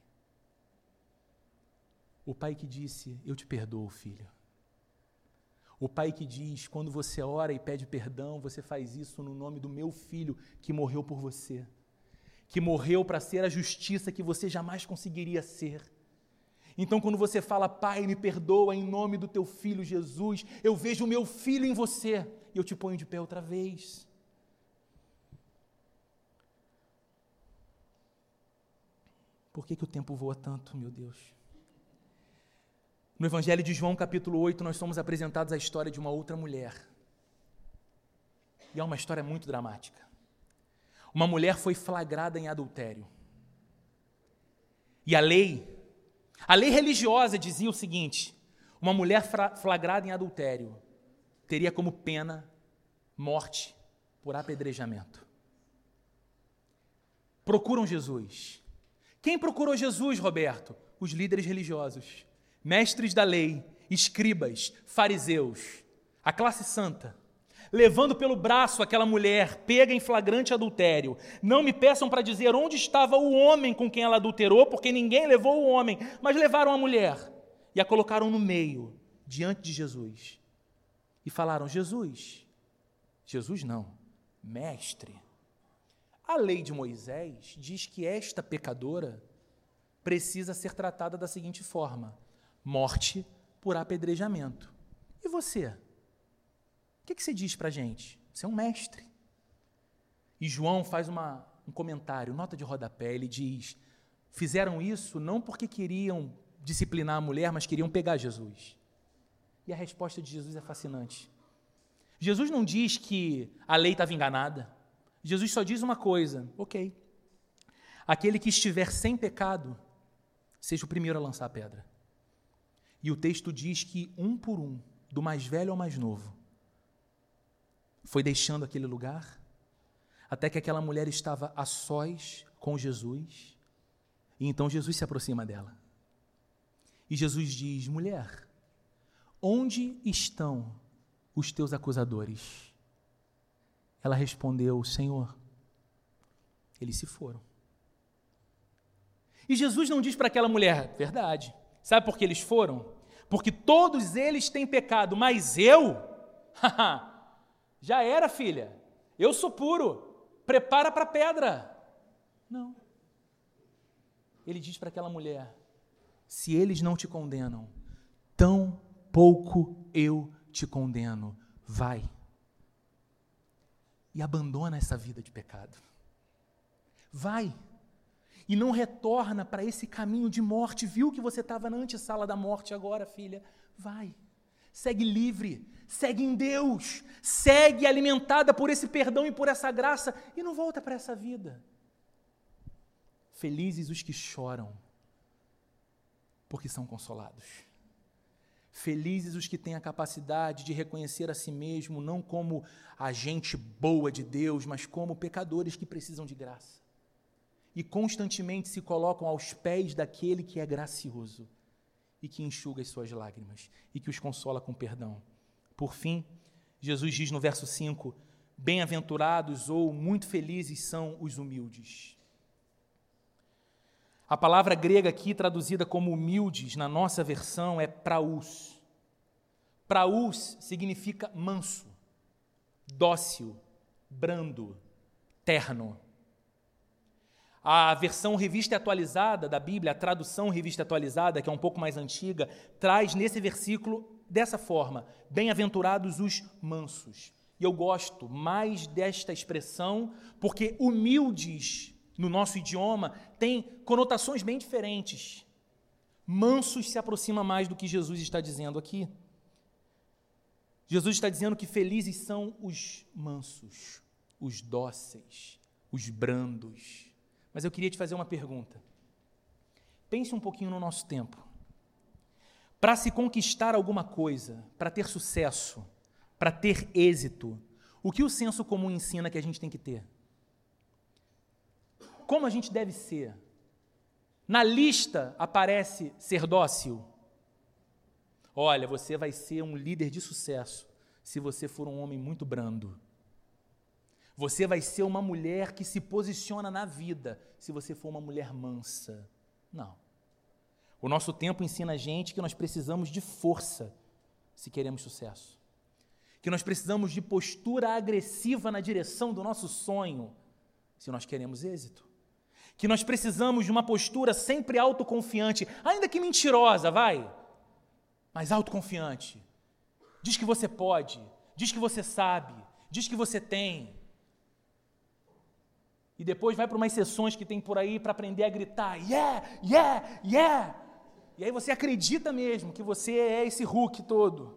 O Pai que disse, eu te perdoo, filho. O Pai que diz, quando você ora e pede perdão, você faz isso no nome do meu filho que morreu por você, que morreu para ser a justiça que você jamais conseguiria ser. Então, quando você fala, Pai, me perdoa em nome do teu filho Jesus, eu vejo o meu filho em você e eu te ponho de pé outra vez. Por que o tempo voa tanto, meu Deus? No Evangelho de João, capítulo 8, nós somos apresentados a história de uma outra mulher. E é uma história muito dramática. Uma mulher foi flagrada em adultério. E a lei religiosa dizia o seguinte, uma mulher flagrada em adultério teria como pena morte por apedrejamento. Procuram Jesus. Quem procurou Jesus, Roberto? Os líderes religiosos, mestres da lei, escribas, fariseus, a classe santa, levando pelo braço aquela mulher pega em flagrante adultério. Não me peçam para dizer onde estava o homem com quem ela adulterou, porque ninguém levou o homem, mas levaram a mulher e a colocaram no meio, diante de Jesus. E falaram, Jesus não, mestre, a lei de Moisés diz que esta pecadora precisa ser tratada da seguinte forma, morte por apedrejamento. E você? O que você diz para a gente? Você é um mestre. E João faz um comentário, nota de rodapé, ele diz, fizeram isso não porque queriam disciplinar a mulher, mas queriam pegar Jesus. E a resposta de Jesus é fascinante. Jesus não diz que a lei estava enganada. Jesus só diz uma coisa, ok, aquele que estiver sem pecado, seja o primeiro a lançar a pedra. E o texto diz que um por um, do mais velho ao mais novo, foi deixando aquele lugar, até que aquela mulher estava a sós com Jesus, e então Jesus se aproxima dela. E Jesus diz, mulher, onde estão os teus acusadores? Ela respondeu, Senhor, eles se foram. E Jesus não diz para aquela mulher, verdade, sabe por que eles foram? Porque todos eles têm pecado, mas eu, já era, filha, eu sou puro, prepara para a pedra. Não. Ele diz para aquela mulher, se eles não te condenam, tão pouco eu te condeno, vai. E abandona essa vida de pecado. Vai. E não retorna para esse caminho de morte. Viu que você estava na antessala da morte agora, filha? Vai. Segue livre. Segue em Deus. Segue alimentada por esse perdão e por essa graça. E não volta para essa vida. Felizes os que choram, porque são consolados. Felizes os que têm a capacidade de reconhecer a si mesmo, não como a gente boa de Deus, mas como pecadores que precisam de graça. E constantemente se colocam aos pés daquele que é gracioso e que enxuga as suas lágrimas e que os consola com perdão. Por fim, Jesus diz no verso 5, bem-aventurados ou muito felizes são os humildes. A palavra grega aqui, traduzida como humildes, na nossa versão, é praus. Praus significa manso, dócil, brando, terno. A versão revista atualizada da Bíblia, a tradução revista atualizada, que é um pouco mais antiga, traz nesse versículo dessa forma, bem-aventurados os mansos. E eu gosto mais desta expressão, porque humildes, no nosso idioma, tem conotações bem diferentes. Mansos se aproxima mais do que Jesus está dizendo aqui. Jesus está dizendo que felizes são os mansos, os dóceis, os brandos, Mas eu queria te fazer uma pergunta. Pense um pouquinho no nosso tempo. Para se conquistar alguma coisa, para ter sucesso, para ter êxito, o que o senso comum ensina que a gente tem que ter? Como a gente deve ser? Na lista aparece ser dócil. Olha, você vai ser um líder de sucesso se você for um homem muito brando. Você vai ser uma mulher que se posiciona na vida se você for uma mulher mansa. Não. O nosso tempo ensina a gente que nós precisamos de força se queremos sucesso. Que nós precisamos de postura agressiva na direção do nosso sonho se nós queremos êxito. Que nós precisamos de uma postura sempre autoconfiante, ainda que mentirosa, mas autoconfiante. Diz que você pode, diz que você sabe, diz que você tem. E depois vai para umas sessões que tem por aí para aprender a gritar, yeah, yeah, yeah. E aí você acredita mesmo que você é esse Hulk todo.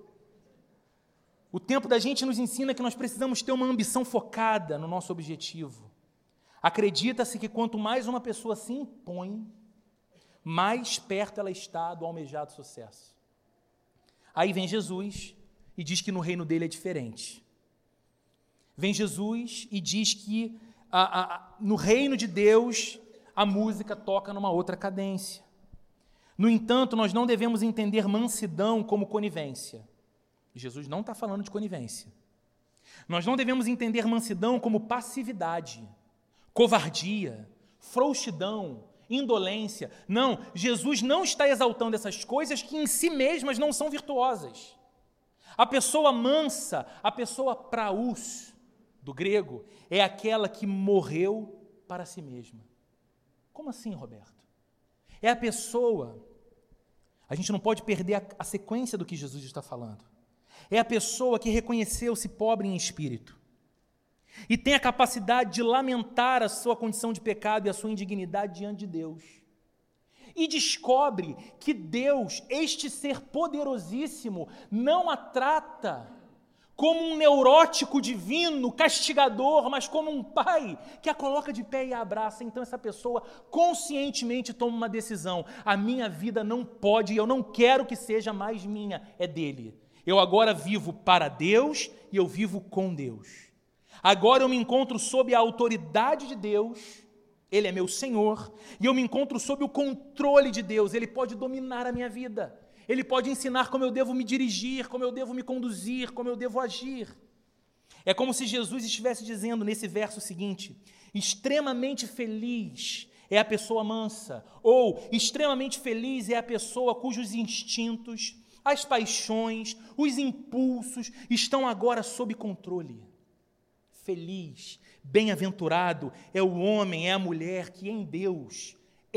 O tempo da gente nos ensina que nós precisamos ter uma ambição focada no nosso objetivo. Acredita-se que quanto mais uma pessoa se impõe, mais perto ela está do almejado sucesso. Aí vem Jesus e diz que no reino dele é diferente. Vem Jesus e diz que no reino de Deus a música toca numa outra cadência. No entanto, nós não devemos entender mansidão como conivência. Jesus não está falando de conivência. Nós não devemos entender mansidão como passividade, covardia, frouxidão, indolência. Não, Jesus não está exaltando essas coisas que em si mesmas não são virtuosas. A pessoa mansa, a pessoa praus, do grego, é aquela que morreu para si mesma. Como assim, Roberto? É a pessoa, a gente não pode perder a sequência do que Jesus está falando. É a pessoa que reconheceu-se pobre em espírito e tem a capacidade de lamentar a sua condição de pecado e a sua indignidade diante de Deus. E descobre que Deus, este ser poderosíssimo, não a trata como um neurótico divino, castigador, mas como um pai que a coloca de pé e a abraça. Então essa pessoa conscientemente toma uma decisão. A minha vida não pode, eu não quero que seja mais minha, é dele. Eu agora vivo para Deus e eu vivo com Deus. Agora eu me encontro sob a autoridade de Deus, Ele é meu Senhor, e eu me encontro sob o controle de Deus. Ele pode dominar a minha vida. Ele pode ensinar como eu devo me dirigir, como eu devo me conduzir, como eu devo agir. É como se Jesus estivesse dizendo nesse verso seguinte: extremamente feliz é a pessoa mansa, ou extremamente feliz é a pessoa cujos instintos, as paixões, os impulsos estão agora sob controle. Feliz, bem-aventurado é o homem, é a mulher que em Deus,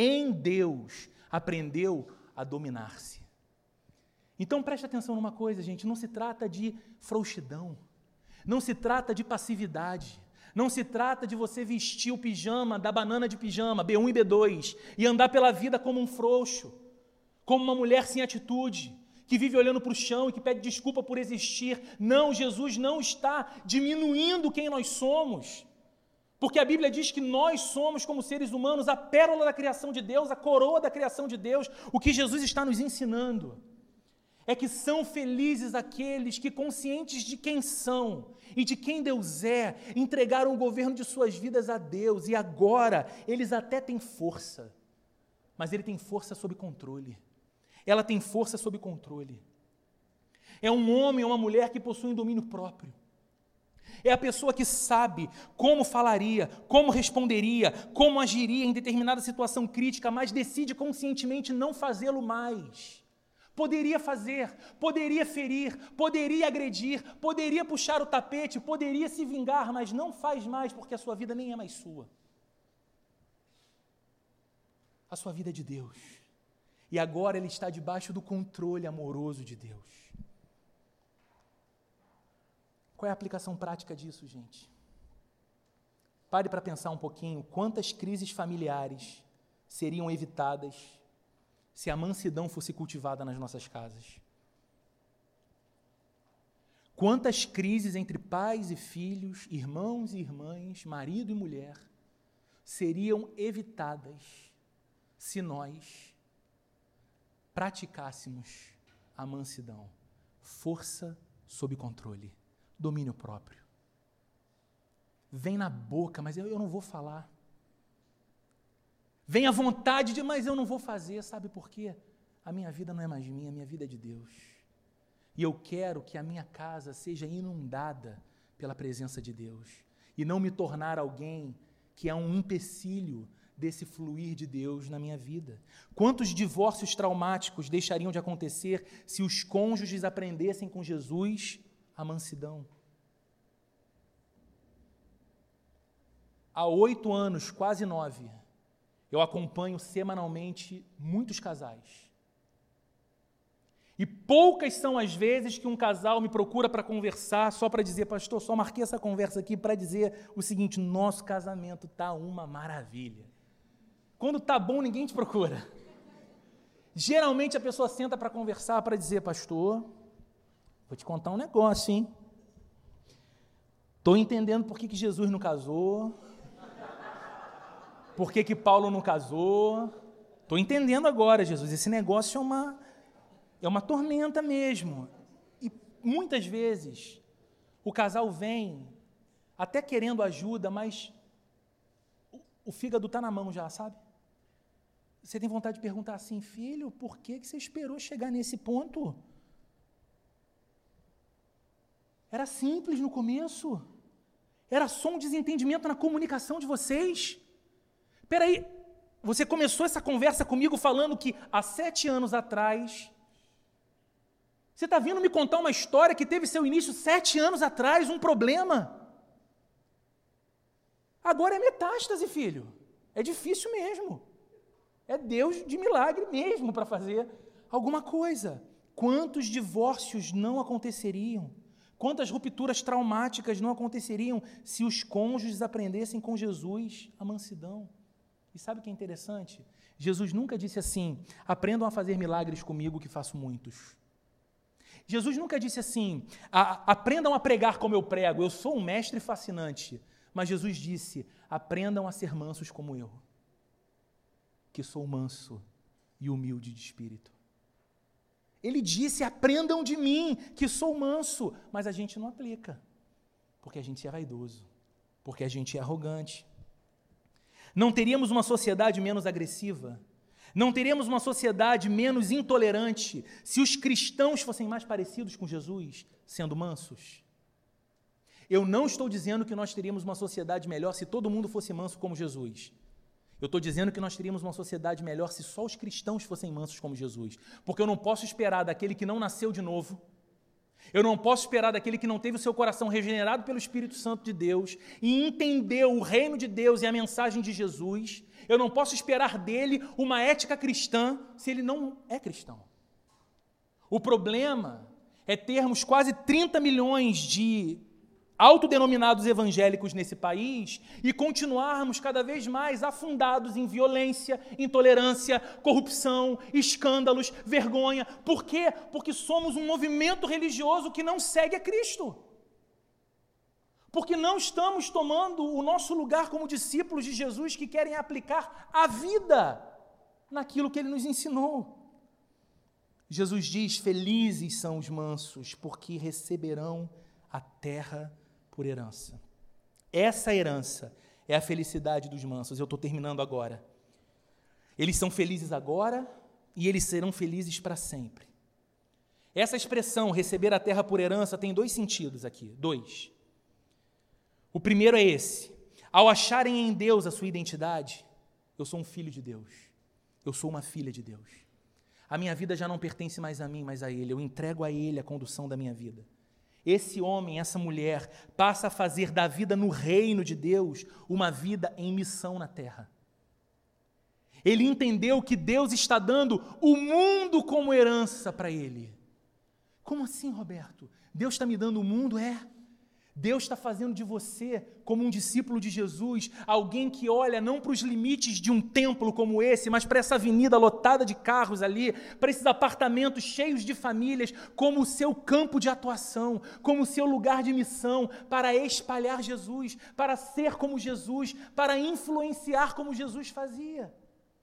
aprendeu a dominar-se. Então preste atenção numa coisa, gente, não se trata de frouxidão, não se trata de passividade, não se trata de você vestir o pijama da banana de pijama, B1 e B2, e andar pela vida como um frouxo, como uma mulher sem atitude, que vive olhando para o chão e que pede desculpa por existir. Não, Jesus não está diminuindo quem nós somos, porque a Bíblia diz que nós somos, como seres humanos, a pérola da criação de Deus, a coroa da criação de Deus. O que Jesus está nos ensinando é que são felizes aqueles que, conscientes de quem são e de quem Deus é, entregaram o governo de suas vidas a Deus, e agora eles até têm força, mas ele tem força sob controle. Ela tem força sob controle. É um homem ou uma mulher que possui um domínio próprio. É a pessoa que sabe como falaria, como responderia, como agiria em determinada situação crítica, mas decide conscientemente não fazê-lo mais. Poderia fazer, poderia ferir, poderia agredir, poderia puxar o tapete, poderia se vingar, mas não faz mais porque a sua vida nem é mais sua. A sua vida é de Deus. E agora ele está debaixo do controle amoroso de Deus. Qual é a aplicação prática disso, gente? Pare para pensar um pouquinho quantas crises familiares seriam evitadas se a mansidão fosse cultivada nas nossas casas. Quantas crises entre pais e filhos, irmãos e irmãs, marido e mulher, seriam evitadas se nós praticássemos a mansidão, força sob controle, domínio próprio. Vem na boca, mas eu não vou falar. Vem à vontade de, mas eu não vou fazer, sabe por quê? A minha vida não é mais minha, a minha vida é de Deus. E eu quero que a minha casa seja inundada pela presença de Deus e não me tornar alguém que é um empecilho desse fluir de Deus na minha vida. Quantos divórcios traumáticos deixariam de acontecer se os cônjuges aprendessem com Jesus a mansidão? Há 8 anos, quase 9, eu acompanho semanalmente muitos casais. E poucas são as vezes que um casal me procura para conversar, só para dizer, pastor, só marquei essa conversa aqui para dizer o seguinte, nosso casamento está uma maravilha. Quando está bom, ninguém te procura. Geralmente a pessoa senta para conversar, para dizer, pastor, vou te contar um negócio, hein? Estou entendendo por que Jesus não casou, por que Paulo não casou. Estou entendendo agora, Jesus, esse negócio é uma tormenta mesmo. E muitas vezes o casal vem até querendo ajuda, mas o fígado está na mão já, sabe? Você tem vontade de perguntar assim, filho, por que você esperou chegar nesse ponto? Era simples no começo. Era só um desentendimento na comunicação de vocês. Espera aí, você começou essa conversa comigo falando que há 7 anos atrás, você está vindo me contar uma história que teve seu início 7 anos atrás, um problema. Agora é metástase, filho. É difícil mesmo. É Deus de milagre mesmo para fazer alguma coisa. Quantos divórcios não aconteceriam? Quantas rupturas traumáticas não aconteceriam se os cônjuges aprendessem com Jesus a mansidão? E sabe o que é interessante? Jesus nunca disse assim, aprendam a fazer milagres comigo que faço muitos. Jesus nunca disse assim, aprendam a pregar como eu prego, eu sou um mestre fascinante. Mas Jesus disse, aprendam a ser mansos como eu, que sou manso e humilde de espírito. Ele disse, aprendam de mim, que sou manso, mas a gente não aplica, porque a gente é vaidoso, porque a gente é arrogante. Não teríamos uma sociedade menos agressiva, não teríamos uma sociedade menos intolerante se os cristãos fossem mais parecidos com Jesus, sendo mansos. Eu não estou dizendo que nós teríamos uma sociedade melhor se todo mundo fosse manso como Jesus. Eu estou dizendo que nós teríamos uma sociedade melhor se só os cristãos fossem mansos como Jesus. Porque eu não posso esperar daquele que não nasceu de novo, eu não posso esperar daquele que não teve o seu coração regenerado pelo Espírito Santo de Deus e entendeu o reino de Deus e a mensagem de Jesus, eu não posso esperar dele uma ética cristã se ele não é cristão. O problema é termos quase 30 milhões de autodenominados evangélicos nesse país e continuarmos cada vez mais afundados em violência, intolerância, corrupção, escândalos, vergonha. Por quê? Porque somos um movimento religioso que não segue a Cristo. Porque não estamos tomando o nosso lugar como discípulos de Jesus que querem aplicar a vida naquilo que Ele nos ensinou. Jesus diz, felizes são os mansos, porque receberão a terra por herança. Essa herança é a felicidade dos mansos. Eu estou terminando agora. Eles são felizes agora e eles serão felizes para sempre. Essa expressão, receber a terra por herança, tem 2 sentidos aqui. 2. O primeiro é esse. Ao acharem em Deus a sua identidade, eu sou um filho de Deus. Eu sou uma filha de Deus. A minha vida já não pertence mais a mim, mas a Ele. Eu entrego a Ele a condução da minha vida. Esse homem, essa mulher, passa a fazer da vida no reino de Deus uma vida em missão na terra. Ele entendeu que Deus está dando o mundo como herança para ele. Como assim, Roberto? Deus está me dando o mundo? Deus está fazendo de você, como um discípulo de Jesus, alguém que olha não para os limites de um templo como esse, mas para essa avenida lotada de carros ali, para esses apartamentos cheios de famílias, como o seu campo de atuação, como o seu lugar de missão, para espalhar Jesus, para ser como Jesus, para influenciar como Jesus fazia.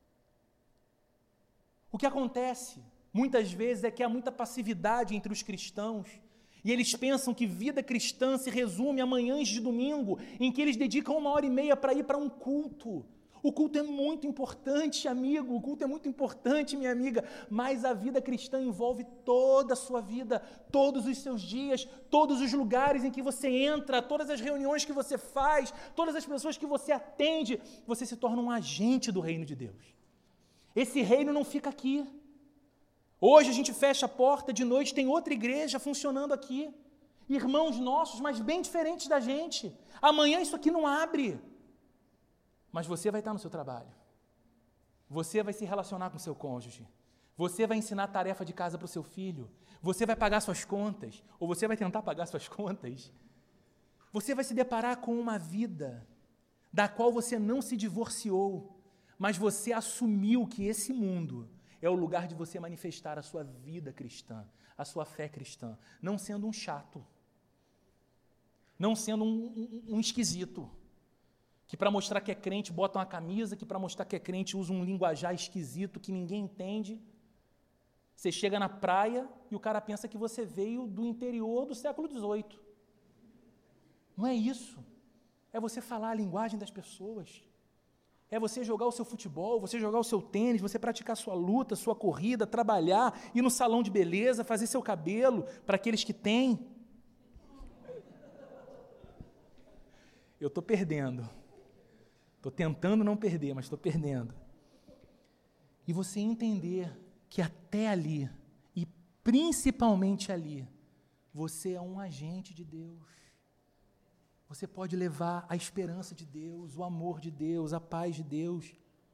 O que acontece, muitas vezes, é que há muita passividade entre os cristãos, e eles pensam que vida cristã se resume a manhãs de domingo, em que eles dedicam 1h30 para ir para um culto. O culto é muito importante, amigo, o culto é muito importante, minha amiga, mas a vida cristã envolve toda a sua vida, todos os seus dias, todos os lugares em que você entra, todas as reuniões que você faz, todas as pessoas que você atende, você se torna um agente do reino de Deus. Esse reino não fica aqui. Hoje a gente fecha a porta, de noite tem outra igreja funcionando aqui. Irmãos nossos, mas bem diferentes da gente. Amanhã isso aqui não abre. Mas você vai estar no seu trabalho. Você vai se relacionar com o seu cônjuge. Você vai ensinar a tarefa de casa para o seu filho. Você vai pagar suas contas. Ou você vai tentar pagar suas contas. Você vai se deparar com uma vida da qual você não se divorciou, mas você assumiu que esse mundo é o lugar de você manifestar a sua vida cristã, a sua fé cristã, não sendo um chato, não sendo um esquisito, que para mostrar que é crente bota uma camisa, que para mostrar que é crente usa um linguajar esquisito que ninguém entende. Você chega na praia e o cara pensa que você veio do interior do século XVIII. Não é isso. É você falar a linguagem das pessoas. É você jogar o seu futebol, você jogar o seu tênis, você praticar sua luta, sua corrida, trabalhar, ir no salão de beleza, fazer seu cabelo, para aqueles que têm. Eu estou perdendo. Estou tentando não perder, mas estou perdendo. E você entender que até ali, e principalmente ali, você é um agente de Deus. Você pode levar a esperança de Deus, o amor de Deus, a paz de Deus.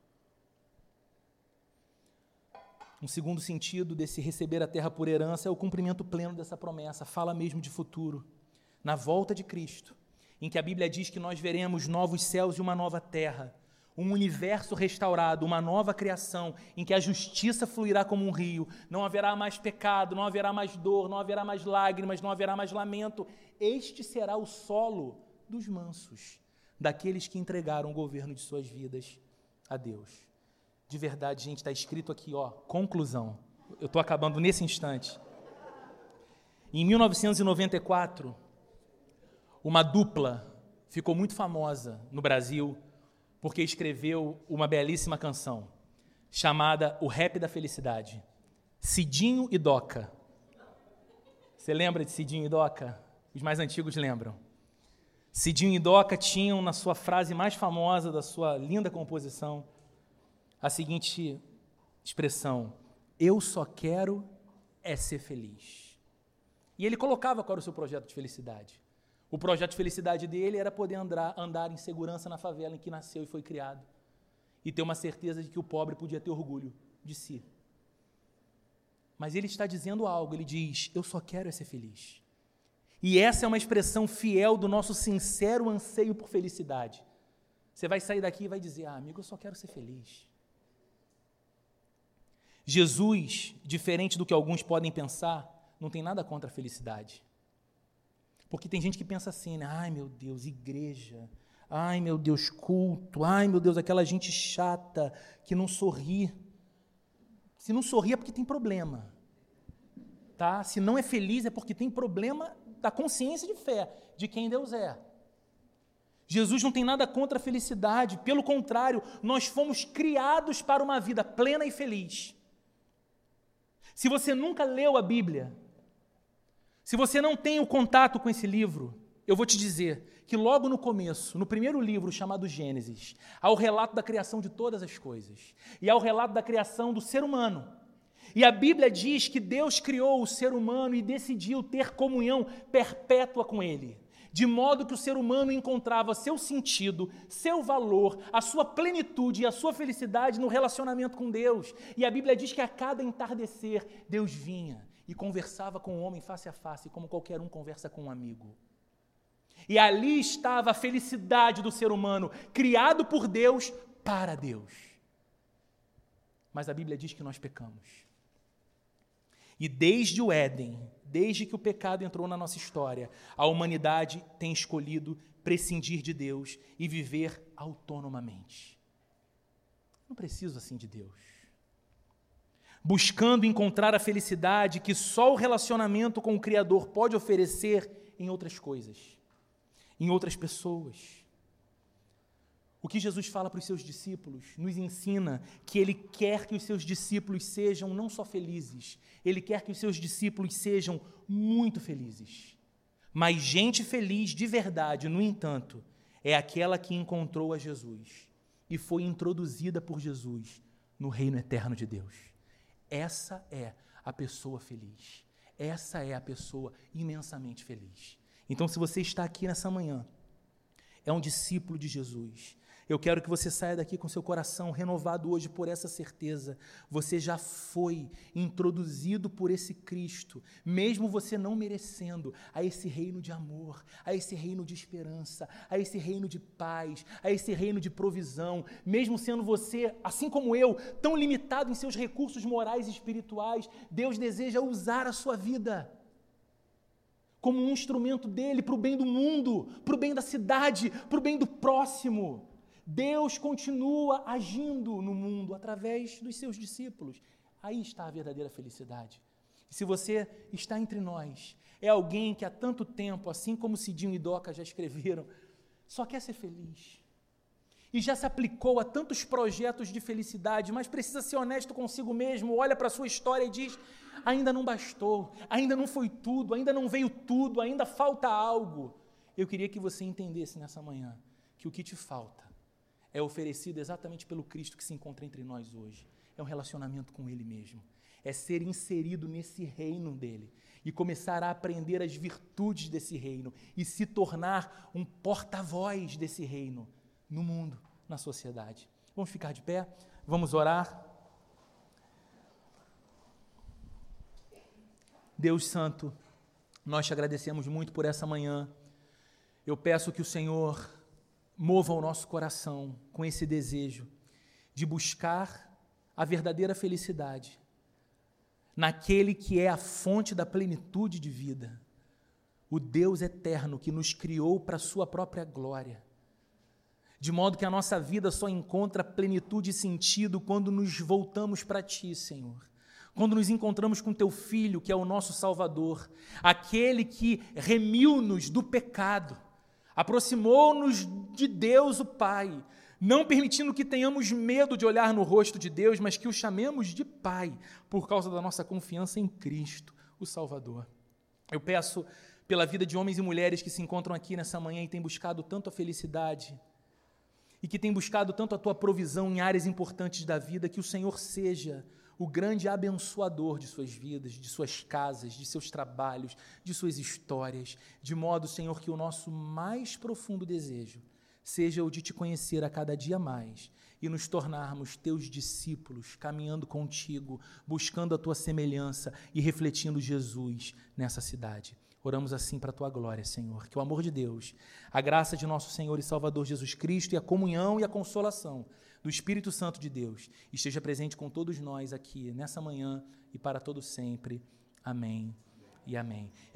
Um segundo sentido desse receber a terra por herança é o cumprimento pleno dessa promessa, fala mesmo de futuro, na volta de Cristo, em que a Bíblia diz que nós veremos novos céus e uma nova terra, um universo restaurado, uma nova criação, em que a justiça fluirá como um rio, não haverá mais pecado, não haverá mais dor, não haverá mais lágrimas, não haverá mais lamento. Este será o solo dos mansos, daqueles que entregaram o governo de suas vidas a Deus. De verdade, gente, está escrito aqui, ó, conclusão. Eu estou acabando nesse instante. Em 1994, uma dupla ficou muito famosa no Brasil porque escreveu uma belíssima canção chamada O Rap da Felicidade. Cidinho e Doca. Você lembra de Cidinho e Doca? Os mais antigos lembram. Cidinho e Doca tinham na sua frase mais famosa da sua linda composição a seguinte expressão: eu só quero é ser feliz. E ele colocava qual era o seu projeto de felicidade. O projeto de felicidade dele era poder andar em segurança na favela em que nasceu e foi criado. E ter uma certeza de que o pobre podia ter orgulho de si. Mas ele está dizendo algo, ele diz, eu só quero é ser feliz. E essa é uma expressão fiel do nosso sincero anseio por felicidade. Você vai sair daqui e vai dizer, amigo, eu só quero ser feliz. Jesus, diferente do que alguns podem pensar, não tem nada contra a felicidade. Porque tem gente que pensa assim, né? Ai, meu Deus, igreja. Ai, meu Deus, culto. Ai, meu Deus, aquela gente chata que não sorri. Se não sorri é porque tem problema. Tá? Se não é feliz é porque tem problema da consciência de fé, de quem Deus é. Jesus não tem nada contra a felicidade. Pelo contrário, nós fomos criados para uma vida plena e feliz. Se você nunca leu a Bíblia, se você não tem o contato com esse livro, eu vou te dizer que logo no começo, no primeiro livro chamado Gênesis, há o relato da criação de todas as coisas. E há o relato da criação do ser humano. E a Bíblia diz que Deus criou o ser humano e decidiu ter comunhão perpétua com ele. De modo que o ser humano encontrava seu sentido, seu valor, a sua plenitude e a sua felicidade no relacionamento com Deus. E a Bíblia diz que a cada entardecer, Deus vinha e conversava com o homem face a face, como qualquer um conversa com um amigo. E ali estava a felicidade do ser humano, criado por Deus para Deus. Mas a Bíblia diz que nós pecamos. E desde o Éden, desde que o pecado entrou na nossa história, a humanidade tem escolhido prescindir de Deus e viver autonomamente. Não preciso assim de Deus. Buscando encontrar a felicidade que só o relacionamento com o Criador pode oferecer em outras coisas, em outras pessoas. O que Jesus fala para os seus discípulos nos ensina que Ele quer que os seus discípulos sejam não só felizes, Ele quer que os seus discípulos sejam muito felizes. Mas gente feliz de verdade, no entanto, é aquela que encontrou a Jesus e foi introduzida por Jesus no reino eterno de Deus. Essa é a pessoa feliz. Essa é a pessoa imensamente feliz. Então, se você está aqui nessa manhã, é um discípulo de Jesus, eu quero que você saia daqui com seu coração renovado hoje por essa certeza. Você já foi introduzido por esse Cristo, mesmo você não merecendo, a esse reino de amor, a esse reino de esperança, a esse reino de paz, a esse reino de provisão, mesmo sendo você, assim como eu, tão limitado em seus recursos morais e espirituais, Deus deseja usar a sua vida como um instrumento dele para o bem do mundo, para o bem da cidade, para o bem do próximo. Deus continua agindo no mundo através dos seus discípulos. Aí está a verdadeira felicidade. E se você está entre nós, é alguém que há tanto tempo, assim como Cidinho e Doca já escreveram, só quer ser feliz. E já se aplicou a tantos projetos de felicidade, mas precisa ser honesto consigo mesmo, olha para a sua história e diz, ainda não bastou, ainda não foi tudo, ainda não veio tudo, ainda falta algo. Eu queria que você entendesse nessa manhã que o que te falta é oferecido exatamente pelo Cristo que se encontra entre nós hoje. É um relacionamento com Ele mesmo. É ser inserido nesse reino dEle e começar a aprender as virtudes desse reino e se tornar um porta-voz desse reino no mundo, na sociedade. Vamos ficar de pé? Vamos orar? Deus Santo, nós te agradecemos muito por essa manhã. Eu peço que o Senhor mova o nosso coração com esse desejo de buscar a verdadeira felicidade naquele que é a fonte da plenitude de vida, o Deus eterno que nos criou para a sua própria glória, de modo que a nossa vida só encontra plenitude e sentido quando nos voltamos para Ti, Senhor. Quando nos encontramos com Teu Filho, que é o nosso Salvador, aquele que remiu-nos do pecado, aproximou-nos de Deus o Pai, não permitindo que tenhamos medo de olhar no rosto de Deus, mas que o chamemos de Pai, por causa da nossa confiança em Cristo, o Salvador. Eu peço pela vida de homens e mulheres que se encontram aqui nessa manhã e têm buscado tanto a felicidade, e que têm buscado tanto a Tua provisão em áreas importantes da vida, que o Senhor seja o grande abençoador de suas vidas, de suas casas, de seus trabalhos, de suas histórias, de modo, Senhor, que o nosso mais profundo desejo seja o de Te conhecer a cada dia mais e nos tornarmos Teus discípulos, caminhando contigo, buscando a Tua semelhança e refletindo Jesus nessa cidade. Oramos assim para a Tua glória, Senhor, que o amor de Deus, a graça de nosso Senhor e Salvador Jesus Cristo e a comunhão e a consolação do Espírito Santo de Deus esteja presente com todos nós aqui nessa manhã e para todo sempre. Amém e amém.